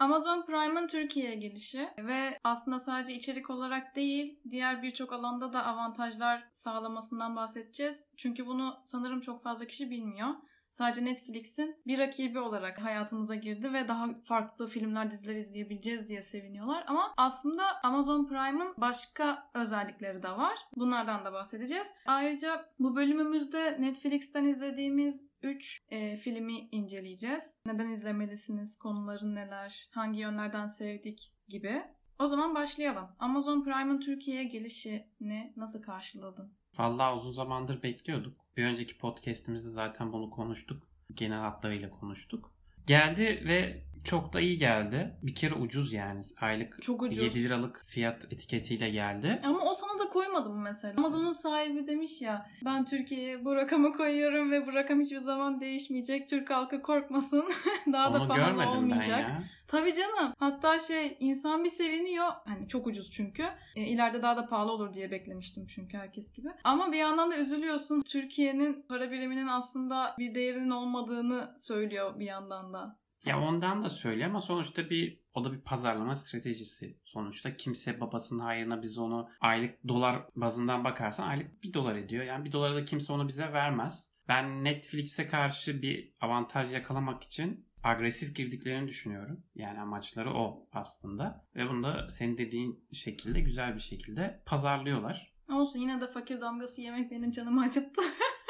Amazon Prime'ın Türkiye'ye gelişi ve aslında sadece içerik olarak değil, diğer birçok alanda da avantajlar sağlamasından bahsedeceğiz. Çünkü bunu sanırım çok fazla kişi bilmiyor. Sadece Netflix'in bir rakibi olarak hayatımıza girdi ve daha farklı filmler, diziler izleyebileceğiz diye seviniyorlar. Ama aslında Amazon Prime'ın başka özellikleri de var. Bunlardan da bahsedeceğiz. Ayrıca bu bölümümüzde Netflix'ten izlediğimiz 3 filmi inceleyeceğiz. Neden izlemelisiniz, konuları neler, hangi yönlerden sevdik gibi. O zaman başlayalım. Amazon Prime'ın Türkiye'ye gelişini nasıl karşıladın? Vallahi uzun zamandır bekliyorduk. Bir önceki podcast'imizde zaten bunu konuştuk. Genel hatlarıyla konuştuk. Geldi ve çok da iyi geldi. Bir kere ucuz yani. Aylık çok ucuz. 7 liralık fiyat etiketiyle geldi. Ama o sana da koymadı mı mesela? Amazon'un sahibi demiş ya, ben Türkiye'ye bu rakamı koyuyorum ve bu rakam hiçbir zaman değişmeyecek. Türk halkı korkmasın. Daha Onu da pahalı görmedim olmayacak. ben ya. Tabii canım. Hatta insan bir seviniyor. Hani çok ucuz çünkü. İleride daha da pahalı olur diye beklemiştim çünkü herkes gibi. Ama bir yandan da üzülüyorsun. Türkiye'nin para biriminin aslında bir değerinin olmadığını söylüyor bir yandan da. Ya ondan da söylüyor ama sonuçta o da bir pazarlama stratejisi. Sonuçta kimse babasının hayrına biz onu aylık dolar bazından bakarsan aylık $1 ediyor. Yani $1 da kimse onu bize vermez. Ben Netflix'e karşı bir avantaj yakalamak için agresif girdiklerini düşünüyorum. Yani amaçları o aslında. Ve bunu da senin dediğin şekilde güzel bir şekilde pazarlıyorlar. Olsun, yine de fakir damgası yemek benim canımı acıttı.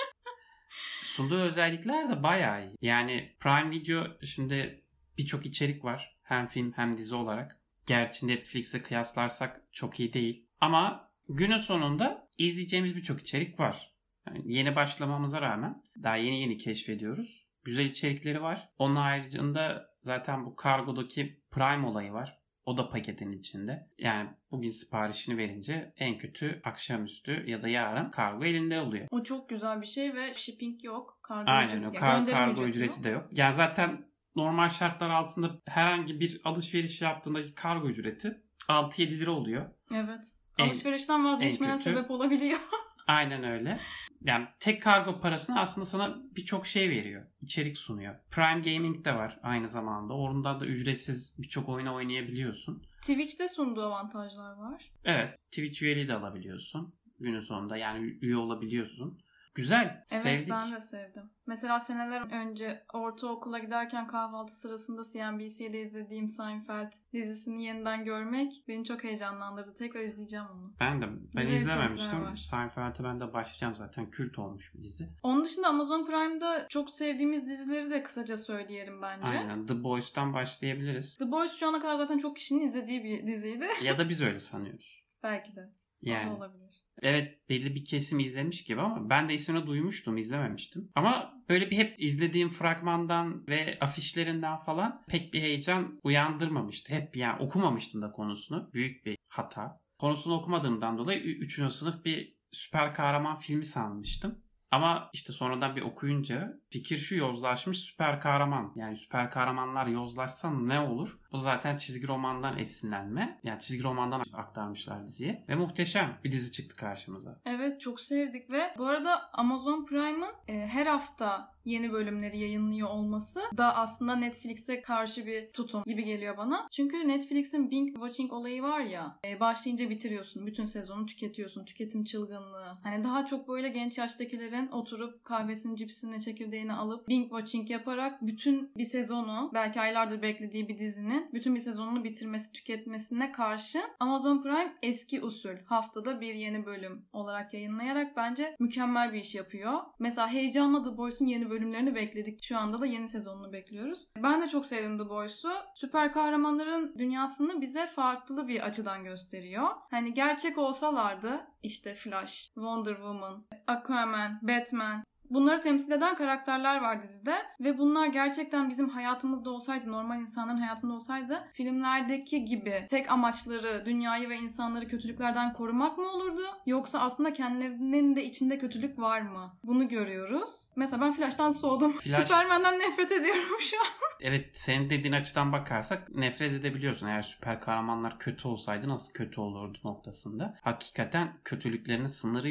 Sunduğu özellikler de bayağı iyi. Yani Prime Video şimdi birçok içerik var. Hem film hem dizi olarak. Gerçi Netflix'e kıyaslarsak çok iyi değil. Ama günün sonunda izleyeceğimiz birçok içerik var. Yani yeni başlamamıza rağmen daha yeni keşfediyoruz. Güzel içerikleri var. Onun haricinde zaten bu kargodaki Prime olayı var. O da paketin içinde. Yani bugün siparişini verince en kötü akşamüstü ya da yarın kargo elinde oluyor. O çok güzel bir şey ve shipping yok. Kargo aynen ücreti, kargo ücreti de yok. Yani zaten normal şartlar altında herhangi bir alışveriş yaptığındaki kargo ücreti 6-7 lira oluyor. Evet. Alışverişten vazgeçmeye sebep olabiliyor. Aynen öyle. Yani tek kargo parasını aslında sana birçok şey veriyor. İçerik sunuyor. Prime Gaming de var aynı zamanda. Oradan da ücretsiz birçok oyunu oynayabiliyorsun. Twitch'te sunduğu avantajlar var. Evet. Twitch üyeliği de alabiliyorsun. Günün sonunda yani üye olabiliyorsun. Güzel. Evet, sevdik. Ben de sevdim. Mesela seneler önce ortaokula giderken kahvaltı sırasında CNBC'de izlediğim Seinfeld dizisini yeniden görmek beni çok heyecanlandırdı. Tekrar izleyeceğim onu. Ben izlememiştim. Seinfeld'e ben de başlayacağım zaten. Kült olmuş bir dizi. Onun dışında Amazon Prime'da çok sevdiğimiz dizileri de kısaca söyleyelim bence. Aynen. The Boys'tan başlayabiliriz. The Boys şu ana kadar zaten çok kişinin izlediği bir diziydi. Ya da biz öyle sanıyoruz. Belki de. Yani. Olabilir. Evet, belli bir kesim izlemiş gibi ama ben de ismini duymuştum, izlememiştim. Ama böyle bir hep izlediğim fragmandan ve afişlerinden falan pek bir heyecan uyandırmamıştı. Hep yani okumamıştım da konusunu. Büyük bir hata. Konusunu okumadığımdan dolayı 3. sınıf bir süper kahraman filmi sanmıştım. Ama işte sonradan bir okuyunca fikir şu: yozlaşmış süper kahraman. Yani süper kahramanlar yozlaşsa ne olur? Bu zaten çizgi romandan esinlenme. Yani çizgi romandan aktarmışlar diziye. Ve muhteşem bir dizi çıktı karşımıza. Evet, çok sevdik ve bu arada Amazon Prime'ın her hafta yeni bölümleri yayınlıyor olması da aslında Netflix'e karşı bir tutum gibi geliyor bana. Çünkü Netflix'in binge watching olayı var ya, başlayınca bitiriyorsun. Bütün sezonu tüketiyorsun. Tüketim çılgınlığı. Hani daha çok böyle genç yaştakilerin oturup kahvesini, cipsini, çekirdeğini alıp binge watching yaparak bütün bir sezonu, belki aylardır beklediği bir dizinin bütün bir sezonunu bitirmesi, tüketmesine karşı Amazon Prime eski usul haftada bir yeni bölüm olarak yayınlayarak bence mükemmel bir iş yapıyor. Mesela heyecanla The Boys'un yeni bölümlerini bekledik. Şu anda da yeni sezonunu bekliyoruz. Ben de çok sevdim The Boys'u. Süper kahramanların dünyasını bize farklı bir açıdan gösteriyor. Hani gerçek olsalardı işte Flash, Wonder Woman, Aquaman, Batman, bunları temsil eden karakterler var dizide ve bunlar gerçekten bizim hayatımızda olsaydı, normal insanların hayatında olsaydı, filmlerdeki gibi tek amaçları dünyayı ve insanları kötülüklerden korumak mı olurdu? Yoksa aslında kendilerinin de içinde kötülük var mı? Bunu görüyoruz. Mesela ben Flash'tan soğudum. Superman'den nefret ediyorum şu an. Evet, senin dediğin açıdan bakarsak nefret edebiliyorsun. Eğer süper kahramanlar kötü olsaydı nasıl kötü olurdu noktasında. Hakikaten kötülüklerinin sınırı yok.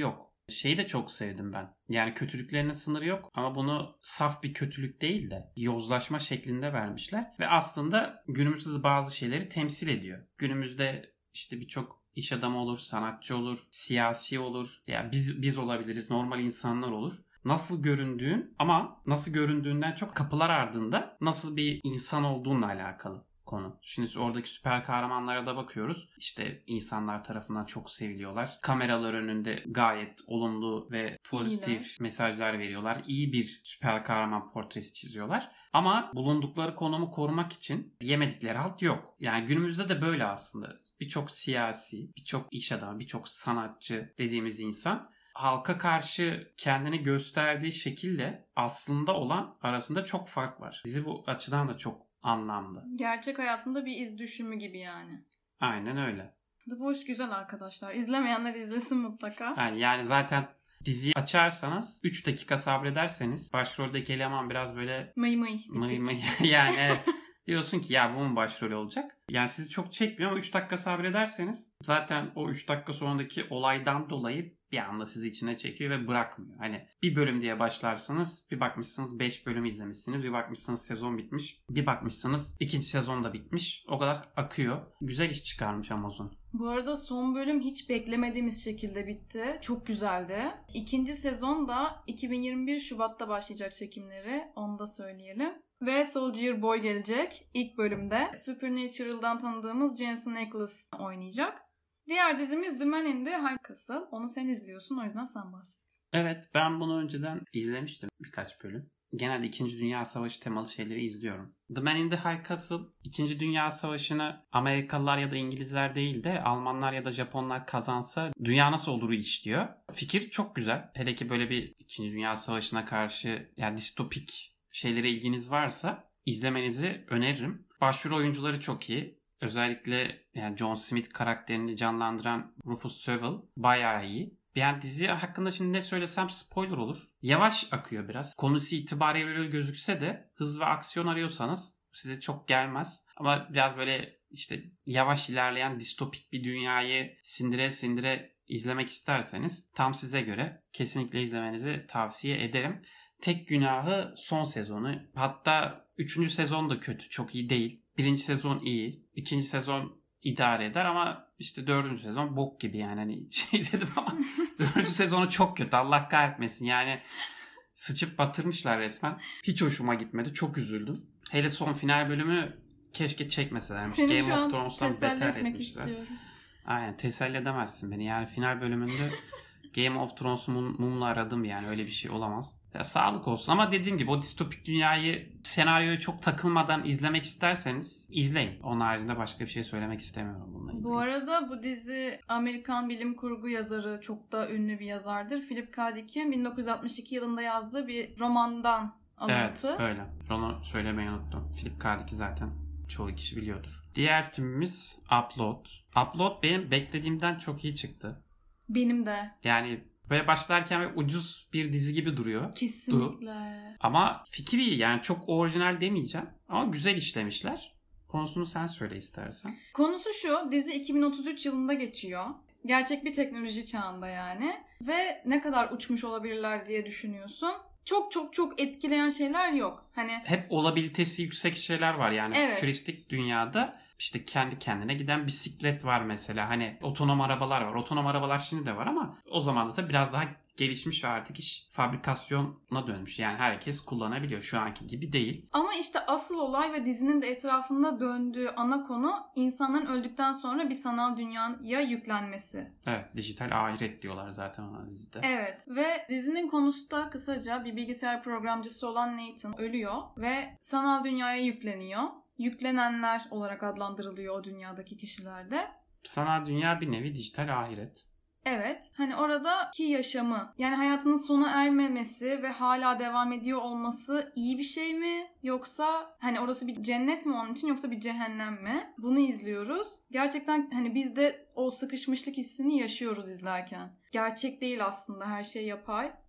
Şeyi de çok sevdim ben. Yani kötülüklerinin sınırı yok ama bunu saf bir kötülük değil de yozlaşma şeklinde vermişler. Ve aslında günümüzde de bazı şeyleri temsil ediyor. Günümüzde işte birçok iş adamı olur, sanatçı olur, siyasi olur. Yani biz olabiliriz, normal insanlar olur. Nasıl göründüğün ama nasıl göründüğünden çok kapılar ardında nasıl bir insan olduğunla alakalı konu. Şimdi oradaki süper kahramanlara da bakıyoruz. İşte insanlar tarafından çok seviliyorlar. Kameralar önünde gayet olumlu ve pozitif mesajlar veriyorlar. İyi bir süper kahraman portresi çiziyorlar. Ama bulundukları konumu korumak için yemedikleri halt yok. Yani günümüzde de böyle aslında. Birçok siyasi, birçok iş adamı, birçok sanatçı dediğimiz insan halka karşı kendini gösterdiği şekille aslında olan arasında çok fark var. Dizi bu açıdan da çok anlamlı. Gerçek hayatında bir iz düşümü gibi yani. Aynen öyle. The Boys güzel arkadaşlar. İzlemeyenler izlesin mutlaka. Yani zaten diziyi açarsanız 3 dakika sabrederseniz başroldeki eleman biraz böyle mıy yani evet. Diyorsun ki ya bu mu başrol olacak? Yani sizi çok çekmiyor ama 3 dakika sabrederseniz zaten o 3 dakika sonraki olaydan dolayı bir anda sizi içine çekiyor ve bırakmıyor. Hani bir bölüm diye başlarsınız, bir bakmışsınız 5 bölüm izlemişsiniz, bir bakmışsınız sezon bitmiş, bir bakmışsınız 2. sezon da bitmiş. O kadar akıyor. Güzel iş çıkarmış Amazon. Bu arada son bölüm hiç beklemediğimiz şekilde bitti. Çok güzeldi. 2. sezon da 2021 Şubat'ta başlayacak çekimleri. Onu da söyleyelim. Ve Soldier Boy gelecek. İlk bölümde Supernatural'dan tanıdığımız Jensen Ackles oynayacak. Diğer dizimiz The Man in the High Castle. Onu sen izliyorsun, o yüzden sen bahset. Evet, ben bunu önceden izlemiştim birkaç bölüm. Genelde 2. Dünya Savaşı temalı şeyleri izliyorum. The Man in the High Castle 2. Dünya Savaşı'nı Amerikalılar ya da İngilizler değil de Almanlar ya da Japonlar kazansa dünya nasıl oluru işliyor. Fikir çok güzel. Hele ki böyle bir 2. Dünya Savaşı'na karşı yani distopik şeylere ilginiz varsa izlemenizi öneririm. Başrol oyuncuları çok iyi. Özellikle yani John Smith karakterini canlandıran Rufus Sewell bayağı iyi. Yani dizi hakkında şimdi ne söylesem spoiler olur. Yavaş akıyor biraz. Konusu itibariyle öyle gözükse de hız ve aksiyon arıyorsanız size çok gelmez. Ama biraz böyle işte yavaş ilerleyen distopik bir dünyayı sindire sindire izlemek isterseniz tam size göre kesinlikle izlemenizi tavsiye ederim. Tek günahı son sezonu. Hatta 3. sezon da kötü. Çok iyi değil. 1. sezon iyi. 2. sezon idare eder ama işte 4. sezon bok gibi yani. Hani şey dedim ama 4. sezonu çok kötü. Allah kahretmesin. Yani sıçıp batırmışlar resmen. Hiç hoşuma gitmedi. Çok üzüldüm. Hele son final bölümü keşke çekmeselermiş. Seni Game of Thrones'tan beter etmişler. Istiyorum. Aynen, teselli edemezsin beni. Yani final bölümünde Game of Thrones'u mumla aradım yani, öyle bir şey olamaz. Ya, sağlık olsun ama dediğim gibi o distopik dünyayı, senaryoya çok takılmadan izlemek isterseniz izleyin. Onun haricinde başka bir şey söylemek istemiyorum bununla ilgili. Bu arada bu dizi Amerikan bilim kurgu yazarı, çok da ünlü bir yazardır. Philip K. Dick'in 1962 yılında yazdığı bir romandan alıntı. Evet, öyle. Onu söylemeyi unuttum. Philip K. Dick'i zaten çoğu kişi biliyordur. Diğer filmimiz Upload. Upload benim beklediğimden çok iyi çıktı. Benim de. Yani böyle başlarken ucuz bir dizi gibi duruyor. Kesinlikle. Ama fikir iyi, yani çok orijinal demeyeceğim ama güzel işlemişler. Konusunu sen söyle istersen. Konusu şu, dizi 2033 yılında geçiyor. Gerçek bir teknoloji çağında yani. Ve ne kadar uçmuş olabilirler diye düşünüyorsun. Çok etkileyen şeyler yok. Hani hep olabilitesi yüksek şeyler var yani. Evet. Fütüristik dünyada işte kendi kendine giden bisiklet var mesela. Hani otonom arabalar var. Otonom arabalar şimdi de var ama o zaman da biraz daha gelişmiş ve artık iş fabrikasyona dönmüş. Yani herkes kullanabiliyor. Şu anki gibi değil. Ama işte asıl olay ve dizinin de etrafında döndüğü ana konu insanların öldükten sonra bir sanal dünyaya yüklenmesi. Evet, dijital ahiret diyorlar zaten ona dizide. Evet ve dizinin konusu da kısaca bir bilgisayar programcısı olan Nathan ölüyor ve sanal dünyaya yükleniyor. Yüklenenler olarak adlandırılıyor o dünyadaki kişilerde. Sanal dünya bir nevi dijital ahiret. Evet. Hani oradaki yaşamı, yani hayatının sona ermemesi ve hala devam ediyor olması iyi bir şey mi? Yoksa hani orası bir cennet mi onun için, yoksa bir cehennem mi? Bunu izliyoruz. Gerçekten hani biz de o sıkışmışlık hissini yaşıyoruz izlerken. Gerçek değil aslında, her şey yapay.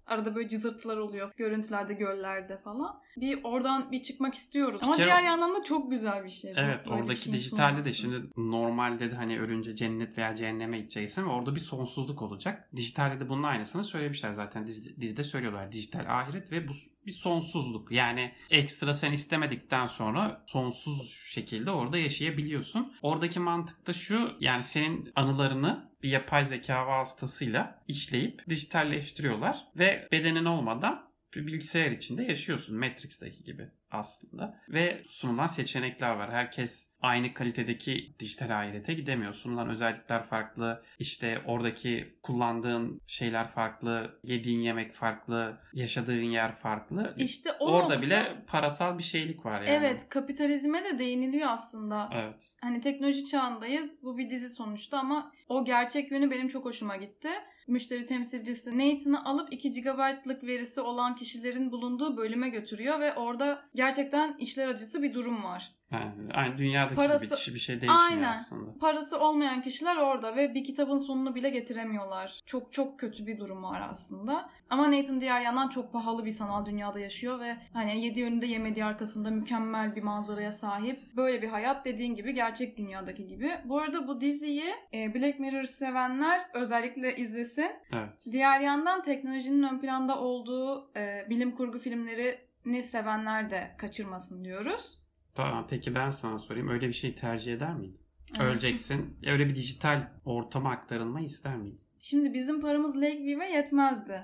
Arada böyle cızırtılar oluyor. Görüntülerde, göllerde falan. Bir oradan bir çıkmak istiyoruz. Ama diğer yandan da çok güzel bir şey. Evet, oradaki dijitalde de şimdi normalde de hani ölünce cennet veya cehenneme gideceksin ve orada bir sonsuzluk olacak. Dijitalde de bunun aynısını söylemişler zaten. Dizide söylüyorlar. Dijital ahiret ve bu bir sonsuzluk. Yani ekstra sen istemedikten sonra sonsuz şekilde orada yaşayabiliyorsun. Oradaki mantık da şu, yani senin anılarını bir yapay zeka vasıtasıyla işleyip dijitalleştiriyorlar ve bedenin olmadan bir bilgisayar içinde yaşıyorsun. Matrix'teki gibi aslında. Ve sunulan seçenekler var. Herkes aynı kalitedeki dijital ahirete gidemiyor. Sunulan özellikler farklı. İşte oradaki kullandığın şeyler farklı. Yediğin yemek farklı. Yaşadığın yer farklı. İşte orada bile parasal bir şeylik var yani. Evet, kapitalizme de değiniliyor aslında. Evet. Hani teknoloji çağındayız. Bu bir dizi sonuçta ama o gerçek yönü benim çok hoşuma gitti. Müşteri temsilcisi Nathan'ı alıp 2 GB'lık verisi olan kişilerin bulunduğu bölüme götürüyor ve orada gerçekten içler acısı bir durum var. Yani aynı dünyadaki gibi bir şey değişmiyor aslında. Parası olmayan kişiler orada ve bir kitabın sonunu bile getiremiyorlar. Çok çok kötü bir durum var aslında. Ama Nathan diğer yandan çok pahalı bir sanal dünyada yaşıyor ve hani yediği önünde yemediği arkasında mükemmel bir manzaraya sahip. Böyle bir hayat dediğin gibi gerçek dünyadaki gibi. Bu arada bu diziyi Black Mirror sevenler özellikle izlesin. Evet. Diğer yandan teknolojinin ön planda olduğu bilim kurgu filmlerini sevenler de kaçırmasın diyoruz. Tamam, peki ben sana sorayım. Öyle bir şey tercih eder miydin? Evet. Öleceksin. Öyle bir dijital ortama aktarılmayı ister miydin? Şimdi bizim paramız Lakeview'e yetmezdi.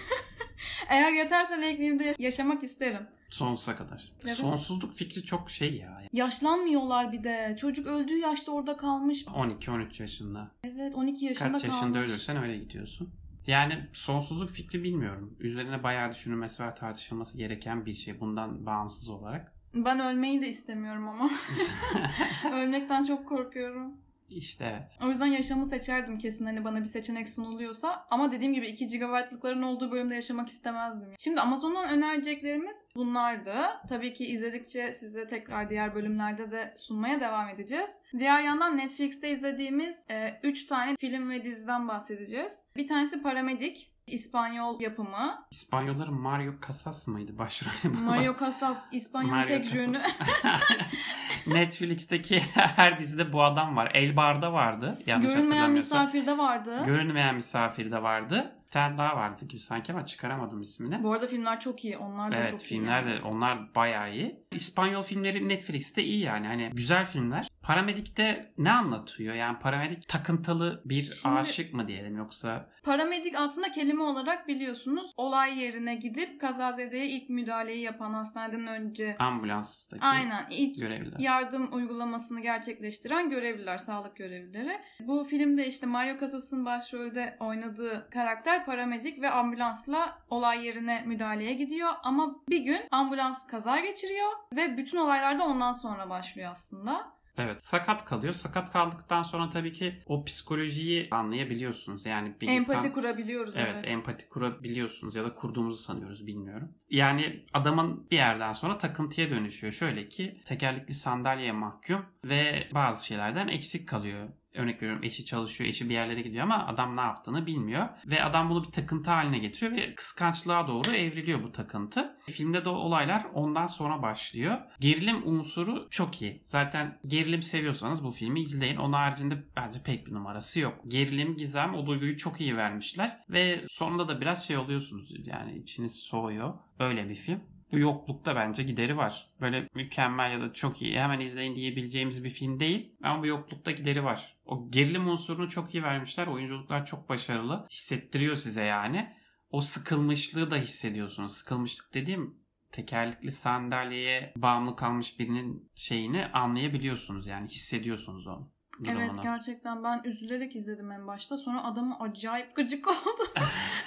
Eğer yeterse Lakeview'de yaşamak isterim. Sonsuza kadar. Evet. Sonsuzluk fikri çok şey ya. Yaşlanmıyorlar bir de. Çocuk öldüğü yaşta orada kalmış. 12-13 yaşında. Evet, 12 yaşında kalmış. Kaç yaşında ölürsen öyle gidiyorsun. Yani sonsuzluk fikri bilmiyorum. Üzerine bayağı düşünülmesi ve tartışılması gereken bir şey. Bundan bağımsız olarak. Ben ölmeyi de istemiyorum ama. Ölmekten çok korkuyorum. İşte evet. O yüzden yaşamı seçerdim kesin hani bana bir seçenek sunuluyorsa. Ama dediğim gibi 2 GB'lıkların olduğu bölümde yaşamak istemezdim. Şimdi Amazon'dan önereceklerimiz bunlardı. Tabii ki izledikçe size tekrar diğer bölümlerde de sunmaya devam edeceğiz. Diğer yandan Netflix'te izlediğimiz 3 tane film ve diziden bahsedeceğiz. Bir tanesi Paramedik. İspanyol yapımı. İspanyolların Mario Casas mıydı başrolü? Mario Casas, İspanyol tek jönü. Netflix'teki her dizide bu adam var. El Bar'da vardı. Görünmeyen Misafir'de vardı. Görünmeyen Misafir'de vardı. Bir tane daha vardı gibi sanki ama çıkaramadım ismini. Bu arada filmler çok iyi. Onlar da evet, çok iyi. Evet, filmler de onlar bayağı iyi. İspanyol filmleri Netflix'te iyi yani. Hani güzel filmler. Paramedik'te ne anlatıyor? Yani paramedik takıntılı bir aşık mı diyelim yoksa? Paramedik aslında kelime olarak biliyorsunuz olay yerine gidip kazazedeye ilk müdahaleyi yapan hastaneden önce. Ambulanstaki ilk görevliler. Yardım uygulamasını gerçekleştiren görevliler, sağlık görevlileri. Bu filmde işte Mario Casas'ın başrolde oynadığı karakter paramedik ve ambulansla olay yerine müdahaleye gidiyor. Ama bir gün ambulans kaza geçiriyor ve bütün olaylar da ondan sonra başlıyor aslında. Evet, sakat kalıyor. Sakat kaldıktan sonra tabii ki o psikolojiyi anlayabiliyorsunuz. Yani bir empati kurabiliyoruz. Evet, empati kurabiliyorsunuz ya da kurduğumuzu sanıyoruz, bilmiyorum. Yani adamın bir yerden sonra takıntıya dönüşüyor. Şöyle ki tekerlekli sandalyeye mahkum ve bazı şeylerden eksik kalıyor. Örnek veriyorum, eşi çalışıyor, eşi bir yerlere gidiyor ama adam ne yaptığını bilmiyor. Ve adam bunu bir takıntı haline getiriyor ve kıskançlığa doğru evriliyor bu takıntı. Filmde de olaylar ondan sonra başlıyor. Gerilim unsuru çok iyi. Zaten gerilim seviyorsanız bu filmi izleyin. Onun haricinde bence pek bir numarası yok. Gerilim, gizem, o duyguyu çok iyi vermişler. Ve sonunda da biraz şey oluyorsunuz, yani içiniz soğuyor. Öyle bir film. Bu yoklukta bence gideri var. Böyle mükemmel ya da çok iyi, hemen izleyin diyebileceğimiz bir film değil. Ama bu yoklukta gideri var. O gerilim unsurunu çok iyi vermişler. Oyunculuklar çok başarılı. Hissettiriyor size yani. O sıkılmışlığı da hissediyorsunuz. Sıkılmışlık dediğim tekerlekli sandalyeye bağımlı kalmış birinin şeyini anlayabiliyorsunuz. Yani hissediyorsunuz onu. Evet, gerçekten ben üzülerek izledim en başta. Sonra adamı acayip gıcık oldu.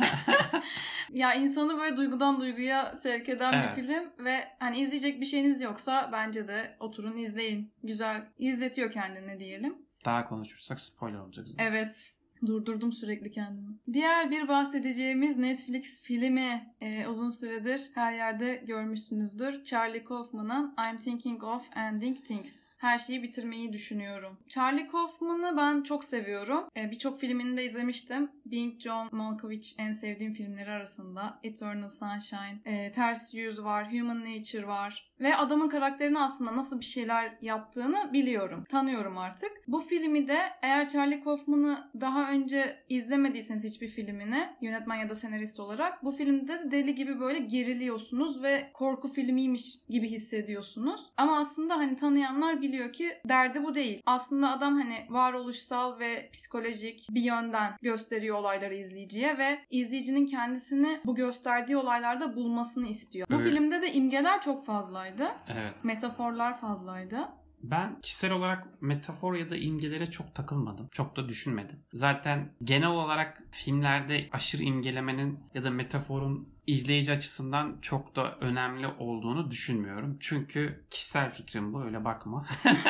Ya insanı böyle duygudan duyguya sevk eden bir film ve hani izleyecek bir şeyiniz yoksa bence de oturun izleyin. Güzel izletiyor kendini diyelim. Daha konuşursak spoiler olacak zaten. Evet. Durdurdum sürekli kendimi. Diğer bir bahsedeceğimiz Netflix filmi uzun süredir her yerde görmüşsünüzdür. Charlie Kaufman'ın I'm Thinking of Ending Things. her şeyi bitirmeyi düşünüyorum. Charlie Kaufman'ı ben çok seviyorum. Birçok filmini de izlemiştim. Being John Malkovich en sevdiğim filmleri arasında. Eternal Sunshine, Ters Yüz var, Human Nature var. Ve adamın karakterini aslında nasıl bir şeyler yaptığını biliyorum. Tanıyorum artık. Bu filmi de eğer Charlie Kaufman'ı daha önce izlemediyseniz hiçbir filmini yönetmen ya da senarist olarak bu filmde de deli gibi böyle geriliyorsunuz ve korku filmiymiş gibi hissediyorsunuz. Ama aslında hani tanıyanlar biliyor ki derdi bu değil. Aslında adam hani varoluşsal ve psikolojik bir yönden gösteriyor olayları izleyiciye ve izleyicinin kendisini bu gösterdiği olaylarda bulmasını istiyor. Bu filmde de imgeler çok fazlaydı. Evet. Metaforlar fazlaydı. Ben kişisel olarak metafor ya da imgelere çok takılmadım. Çok da düşünmedim. Zaten genel olarak filmlerde aşırı imgelemenin ya da metaforun izleyici açısından çok da önemli olduğunu düşünmüyorum. Çünkü kişisel fikrim bu, öyle bakma.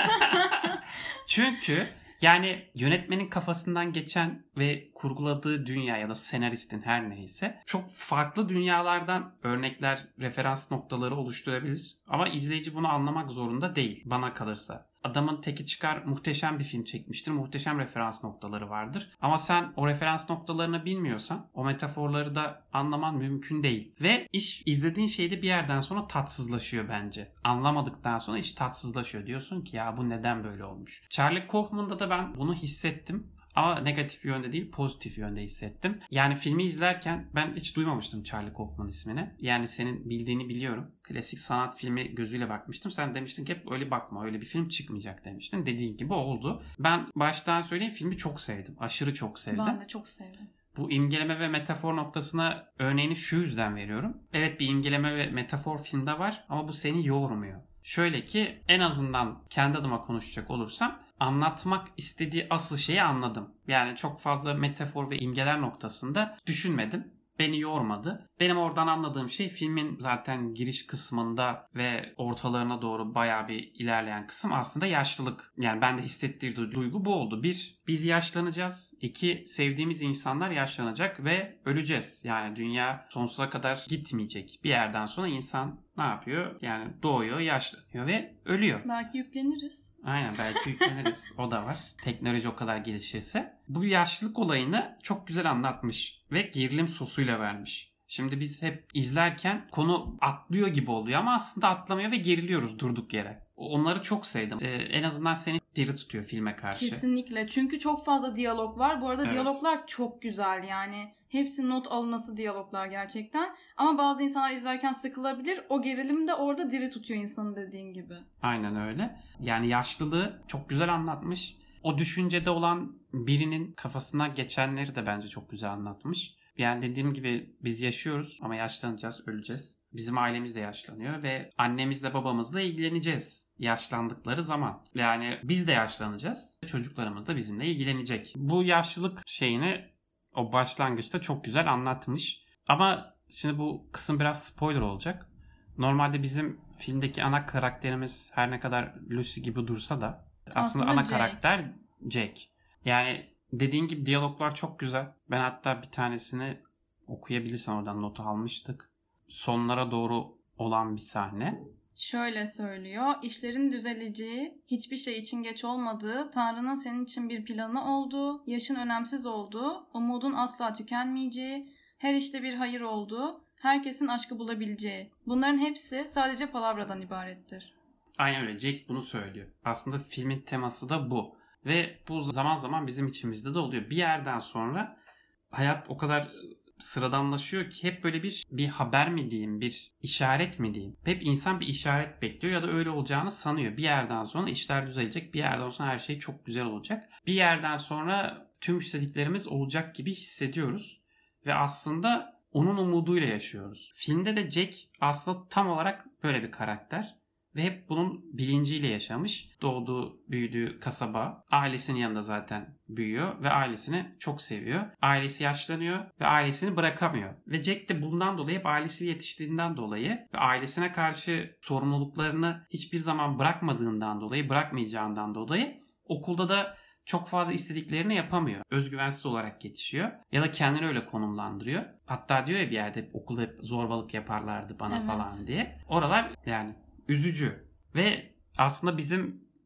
Çünkü yani yönetmenin kafasından geçen ve kurguladığı dünya ya da senaristin her neyse çok farklı dünyalardan örnekler, referans noktaları oluşturabilir. Ama izleyici bunu anlamak zorunda değil bana kalırsa. Adamın teki çıkar muhteşem bir film çekmiştir. Muhteşem referans noktaları vardır. Ama sen o referans noktalarını bilmiyorsan o metaforları da anlaman mümkün değil. Ve iş izlediğin şeyde bir yerden sonra tatsızlaşıyor bence. Anlamadıktan sonra iş tatsızlaşıyor. Diyorsun ki ya bu neden böyle olmuş? Charlie Kaufman'da da ben bunu hissettim. Ama negatif yönde değil, pozitif yönde hissettim. Yani filmi izlerken ben hiç duymamıştım Charlie Kaufman ismini. Yani senin bildiğini biliyorum. Klasik sanat filmi gözüyle bakmıştım. Sen demiştin ki hep öyle bakma, öyle bir film çıkmayacak demiştin. Dediğin gibi oldu. Ben baştan söyleyeyim, filmi çok sevdim. Aşırı çok sevdim. Ben de çok sevdim. Bu imgeleme ve metafor noktasına örneğini şu yüzden veriyorum. Evet, bir imgeleme ve metafor filmde var ama bu seni yormuyor. Şöyle ki en azından kendi adıma konuşacak olursam anlatmak istediği asıl şeyi anladım. Yani çok fazla metafor ve imgeler noktasında düşünmedim. Beni yormadı. Benim oradan anladığım şey filmin zaten giriş kısmında ve ortalarına doğru bayağı bir ilerleyen kısım aslında yaşlılık. Yani bende hissettirdiği duygu bu oldu. 1. Biz yaşlanacağız. 2. Sevdiğimiz insanlar yaşlanacak ve öleceğiz. Yani dünya sonsuza kadar gitmeyecek. Bir yerden sonra insan ne yapıyor? Yani doğuyor, yaşlanıyor ve ölüyor. Belki yükleniriz. Aynen, belki yükleniriz. O da var. Teknoloji o kadar gelişirse. Bu yaşlılık olayını çok güzel anlatmış ve gerilim sosuyla vermiş. Şimdi biz hep izlerken konu atlıyor gibi oluyor ama aslında atlamıyor ve geriliyoruz durduk yere. Onları çok sevdim. En azından seni diri tutuyor filme karşı. Kesinlikle. Çünkü çok fazla diyalog var. Bu arada Evet. Diyaloglar çok güzel yani. Hepsi not alınası diyaloglar gerçekten. Ama bazı insanlar izlerken sıkılabilir. O gerilim de orada diri tutuyor insanı, dediğin gibi. Aynen öyle. Yani yaşlılığı çok güzel anlatmış. O düşüncede olan birinin kafasından geçenleri de bence çok güzel anlatmış. Yani dediğim gibi biz yaşıyoruz ama yaşlanacağız, öleceğiz. Bizim ailemiz de yaşlanıyor ve annemizle babamızla ilgileneceğiz yaşlandıkları zaman. Yani biz de yaşlanacağız. Çocuklarımız da bizimle ilgilenecek. Bu yaşlılık şeyini o başlangıçta çok güzel anlatmış. Ama şimdi bu kısım biraz spoiler olacak. Normalde bizim filmdeki ana karakterimiz her ne kadar Lucy gibi dursa da aslında ana karakter Jack. Yani dediğin gibi diyaloglar çok güzel. Ben hatta bir tanesini okuyabilirsen oradan notu almıştık. Sonlara doğru olan bir sahne. Şöyle söylüyor. İşlerin düzeleceği, hiçbir şey için geç olmadığı, Tanrı'nın senin için bir planı olduğu, yaşın önemsiz olduğu, umudun asla tükenmeyeceği, her işte bir hayır olduğu, herkesin aşkı bulabileceği. Bunların hepsi sadece palavradan ibarettir. Aynen öyle. Jack bunu söylüyor. Aslında filmin teması da bu. Ve bu zaman zaman bizim içimizde de oluyor. Bir yerden sonra hayat o kadar sıradanlaşıyor ki hep böyle bir haber mi diyeyim, bir işaret mi diyeyim. Hep insan bir işaret bekliyor ya da öyle olacağını sanıyor. Bir yerden sonra işler düzelecek, bir yerden sonra her şey çok güzel olacak. Bir yerden sonra tüm istediklerimiz olacak gibi hissediyoruz. Ve aslında onun umuduyla yaşıyoruz. Filmde de Jack aslında tam olarak böyle bir karakter. Ve hep bunun bilinciyle yaşamış. Doğduğu, büyüdüğü kasaba, ailesinin yanında zaten büyüyor ve ailesini çok seviyor. Ailesi yaşlanıyor ve ailesini bırakamıyor. Ve Jack de bundan dolayı, hep ailesiyle yetiştiğinden dolayı ve ailesine karşı sorumluluklarını hiçbir zaman bırakmadığından dolayı, bırakmayacağından dolayı okulda da çok fazla istediklerini yapamıyor. Özgüvensiz olarak yetişiyor. Ya da kendini öyle konumlandırıyor. Hatta diyor ya bir yerde okulda hep zorbalık yaparlardı bana falan diye. Oralar yani üzücü. Ve aslında bizim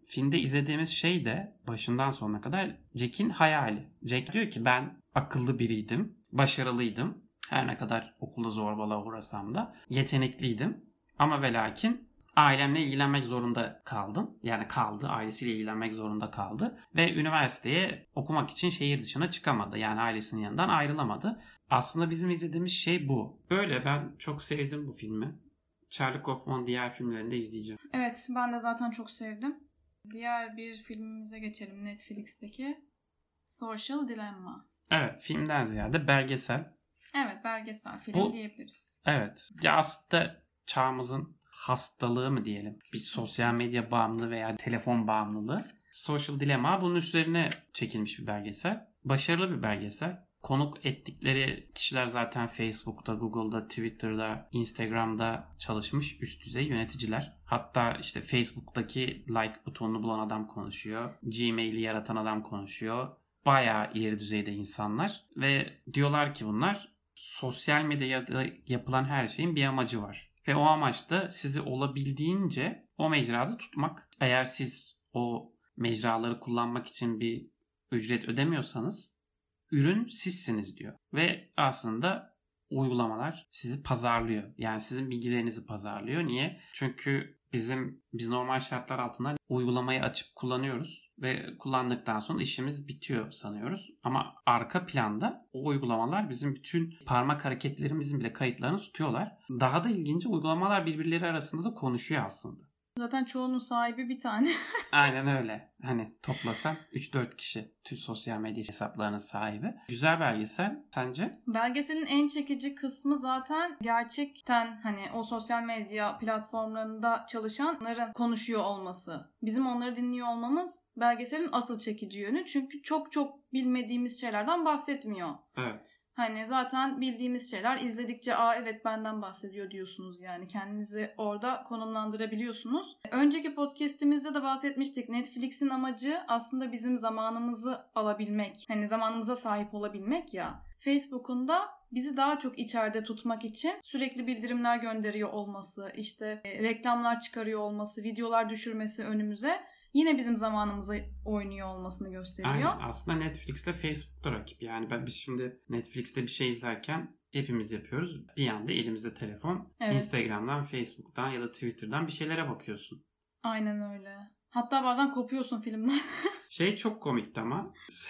filmde izlediğimiz şey de başından sonuna kadar Jack'in hayali. Jack diyor ki ben akıllı biriydim, başarılıydım. Her ne kadar okulda zorbalığa uğrasam da yetenekliydim. Ama ve lakin ailemle ilgilenmek zorunda kaldım. Yani kaldı, ailesiyle ilgilenmek zorunda kaldı. Ve üniversiteye okumak için şehir dışına çıkamadı. Yani ailesinin yanından ayrılamadı. Aslında bizim izlediğimiz şey bu. Böyle ben çok sevdim bu filmi. Charlie Kaufman'ın diğer filmlerini de izleyeceğim. Evet, ben de zaten çok sevdim. Diğer bir filmimize geçelim, Netflix'teki Social Dilemma. Evet, filmden ziyade belgesel. Evet, belgesel film diyebiliriz. Evet. Ya aslında çağımızın hastalığı mı diyelim? Bir sosyal medya bağımlılığı veya telefon bağımlılığı. Social Dilemma bunun üzerine çekilmiş bir belgesel. Başarılı bir belgesel. Konuk ettikleri kişiler zaten Facebook'ta, Google'da, Twitter'da, Instagram'da çalışmış üst düzey yöneticiler. Hatta işte Facebook'taki like butonunu bulan adam konuşuyor. Gmail'i yaratan adam konuşuyor. Bayağı ileri düzeyde insanlar. Ve diyorlar ki bunlar sosyal medyada yapılan her şeyin bir amacı var. Ve o amaç da sizi olabildiğince o mecrada tutmak. Eğer siz o mecraları kullanmak için bir ücret ödemiyorsanız ürün sizsiniz diyor. Ve aslında uygulamalar sizi pazarlıyor. Yani sizin bilgilerinizi pazarlıyor. Niye? Çünkü biz normal şartlar altında uygulamayı açıp kullanıyoruz ve kullandıktan sonra işimiz bitiyor sanıyoruz. Ama arka planda o uygulamalar bizim bütün parmak hareketlerimizin bile kayıtlarını tutuyorlar. Daha da ilginci uygulamalar birbirleri arasında da konuşuyor aslında. Zaten çoğunun sahibi bir tane. Aynen öyle. Hani toplasan 3-4 kişi tüm sosyal medya hesaplarının sahibi. Güzel belgesel. Sence? Belgeselin en çekici kısmı zaten gerçekten hani o sosyal medya platformlarında çalışanların konuşuyor olması. Bizim onları dinliyor olmamız belgeselin asıl çekici yönü. Çünkü çok bilmediğimiz şeylerden bahsetmiyor. Evet. Hani zaten bildiğimiz şeyler izledikçe evet benden bahsediyor diyorsunuz yani. Kendinizi orada konumlandırabiliyorsunuz. Önceki podcast'imizde de bahsetmiştik. Netflix'in amacı aslında bizim zamanımızı alabilmek. Hani zamanımıza sahip olabilmek ya. Facebook'un da bizi daha çok içeride tutmak için sürekli bildirimler gönderiyor olması, işte reklamlar çıkarıyor olması, videolar düşürmesi önümüze. Yine bizim zamanımıza oynuyor olmasını gösteriyor. Aynen. Aslında Netflix'le Facebook'ta rakip. Yani biz şimdi Netflix'te bir şey izlerken hepimiz yapıyoruz. Bir yanda elimizde telefon. Evet. Instagram'dan, Facebook'tan ya da Twitter'dan bir şeylere bakıyorsun. Aynen öyle. Hatta bazen kopuyorsun filmden. Çok komikti ama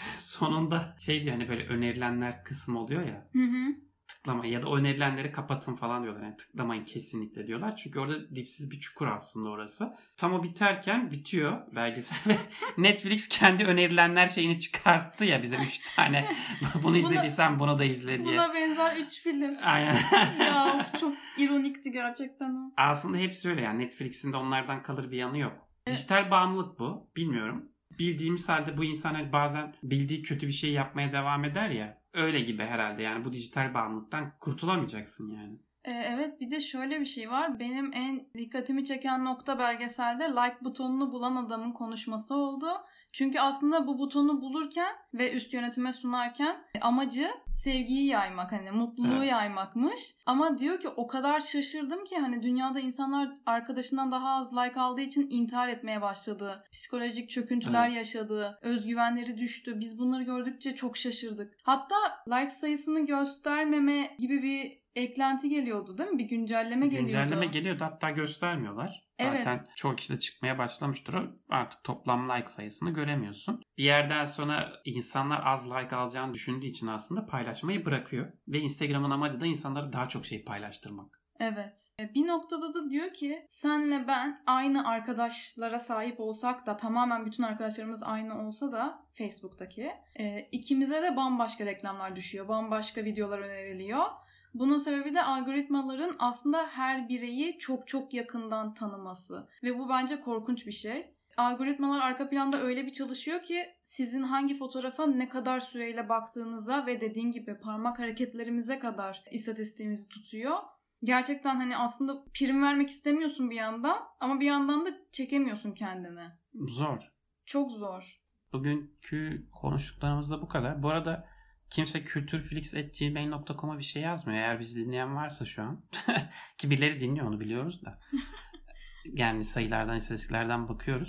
sonunda diyor hani böyle önerilenler kısmı oluyor ya. Hı. Tıklamayın ya da önerilenleri kapatın falan diyorlar. Yani tıklamayın kesinlikle diyorlar. Çünkü orada dipsiz bir çukur aslında orası. Tam o biterken bitiyor belgesel ve Netflix kendi önerilenler şeyini çıkarttı ya bize 3 tane. Bunu izlediysen bunu da izle diye. Buna benzer 3 film. Aynen. Ya çok ironikti gerçekten o. Aslında hepsi öyle yani. Netflix'in de onlardan kalır bir yanı yok. Dijital bağımlılık bu. Bilmiyorum. Bildiğimiz halde bu insanlar bazen bildiği kötü bir şey yapmaya devam eder ya. Öyle gibi herhalde yani bu dijital bağımlılıktan kurtulamayacaksın yani. Evet bir de şöyle bir şey var. Benim en dikkatimi çeken nokta belgeselde like butonunu bulan adamın konuşması oldu. Çünkü aslında bu butonu bulurken ve üst yönetime sunarken amacı sevgiyi yaymak, hani mutluluğu yaymakmış. Ama diyor ki o kadar şaşırdım ki hani dünyada insanlar arkadaşından daha az like aldığı için intihar etmeye başladı. Psikolojik çöküntüler yaşadı, özgüvenleri düştü. Biz bunları gördükçe çok şaşırdık. Hatta like sayısını göstermeme gibi bir eklenti geliyordu değil mi? Bir güncelleme geliyordu. Güncelleme geliyordu hatta göstermiyorlar. Zaten çoğu kişi de çıkmaya başlamıştır o. Artık toplam like sayısını göremiyorsun. Bir yerden sonra insanlar az like alacağını düşündüğü için aslında paylaşmayı bırakıyor. Ve Instagram'ın amacı da insanlara daha çok şey paylaştırmak. Evet. Bir noktada da diyor ki senle ben aynı arkadaşlara sahip olsak da tamamen bütün arkadaşlarımız aynı olsa da Facebook'taki ikimize de bambaşka reklamlar düşüyor. Bambaşka videolar öneriliyor. Bunun sebebi de algoritmaların aslında her bireyi çok yakından tanıması. Ve bu bence korkunç bir şey. Algoritmalar arka planda öyle bir çalışıyor ki sizin hangi fotoğrafa ne kadar süreyle baktığınıza ve dediğin gibi parmak hareketlerimize kadar istatistiğimizi tutuyor. Gerçekten hani aslında prim vermek istemiyorsun bir yandan ama bir yandan da çekemiyorsun kendini. Zor. Çok zor. Bugünkü konuştuklarımız da bu kadar. Bu arada kimse kültürflix@gmail.com'a bir şey yazmıyor. Eğer bizi dinleyen varsa şu an. Ki birileri dinliyor onu biliyoruz da. Yani sayılardan, istatistiklerden bakıyoruz.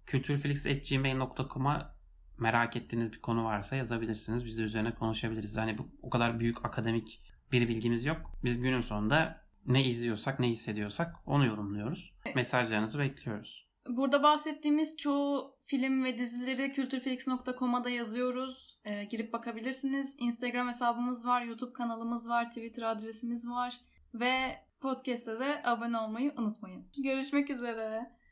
Kültürflix@gmail.com'a merak ettiğiniz bir konu varsa yazabilirsiniz. Biz de üzerine konuşabiliriz. Hani bu o kadar büyük akademik bir bilgimiz yok. Biz günün sonunda ne izliyorsak, ne hissediyorsak onu yorumluyoruz. Mesajlarınızı bekliyoruz. Burada bahsettiğimiz çoğu film ve dizileri kültürflix.com'a da yazıyoruz. Girip bakabilirsiniz. Instagram hesabımız var, YouTube kanalımız var, Twitter adresimiz var ve podcast'e de abone olmayı unutmayın. Görüşmek üzere.